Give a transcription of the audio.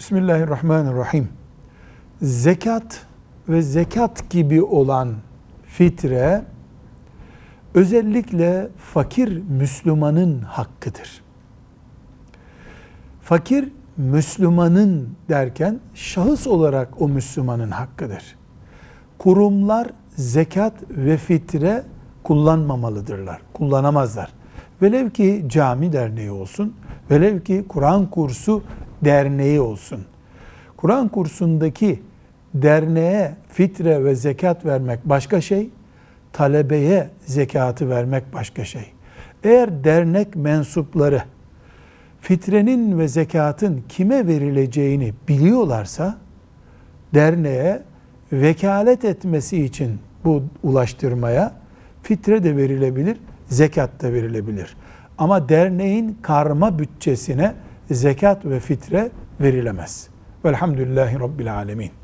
Bismillahirrahmanirrahim. Zekat ve zekat gibi olan fitre özellikle fakir Müslümanın hakkıdır. Fakir Müslümanın derken şahıs olarak o Müslümanın hakkıdır. Kurumlar zekat ve fitre kullanmamalıdırlar, kullanamazlar. Velev ki cami derneği olsun, velev ki Kur'an kursu derneği olsun. Kur'an kursundaki derneğe fitre ve zekat vermek başka şey, talebeye zekatı vermek başka şey. Eğer dernek mensupları fitrenin ve zekatın kime verileceğini biliyorlarsa, derneğe vekalet etmesi için bu ulaştırmaya fitre de verilebilir, zekat da verilebilir. Ama derneğin karma bütçesine zekat ve fitre verilemez. Velhamdülillahi Rabbil alemin.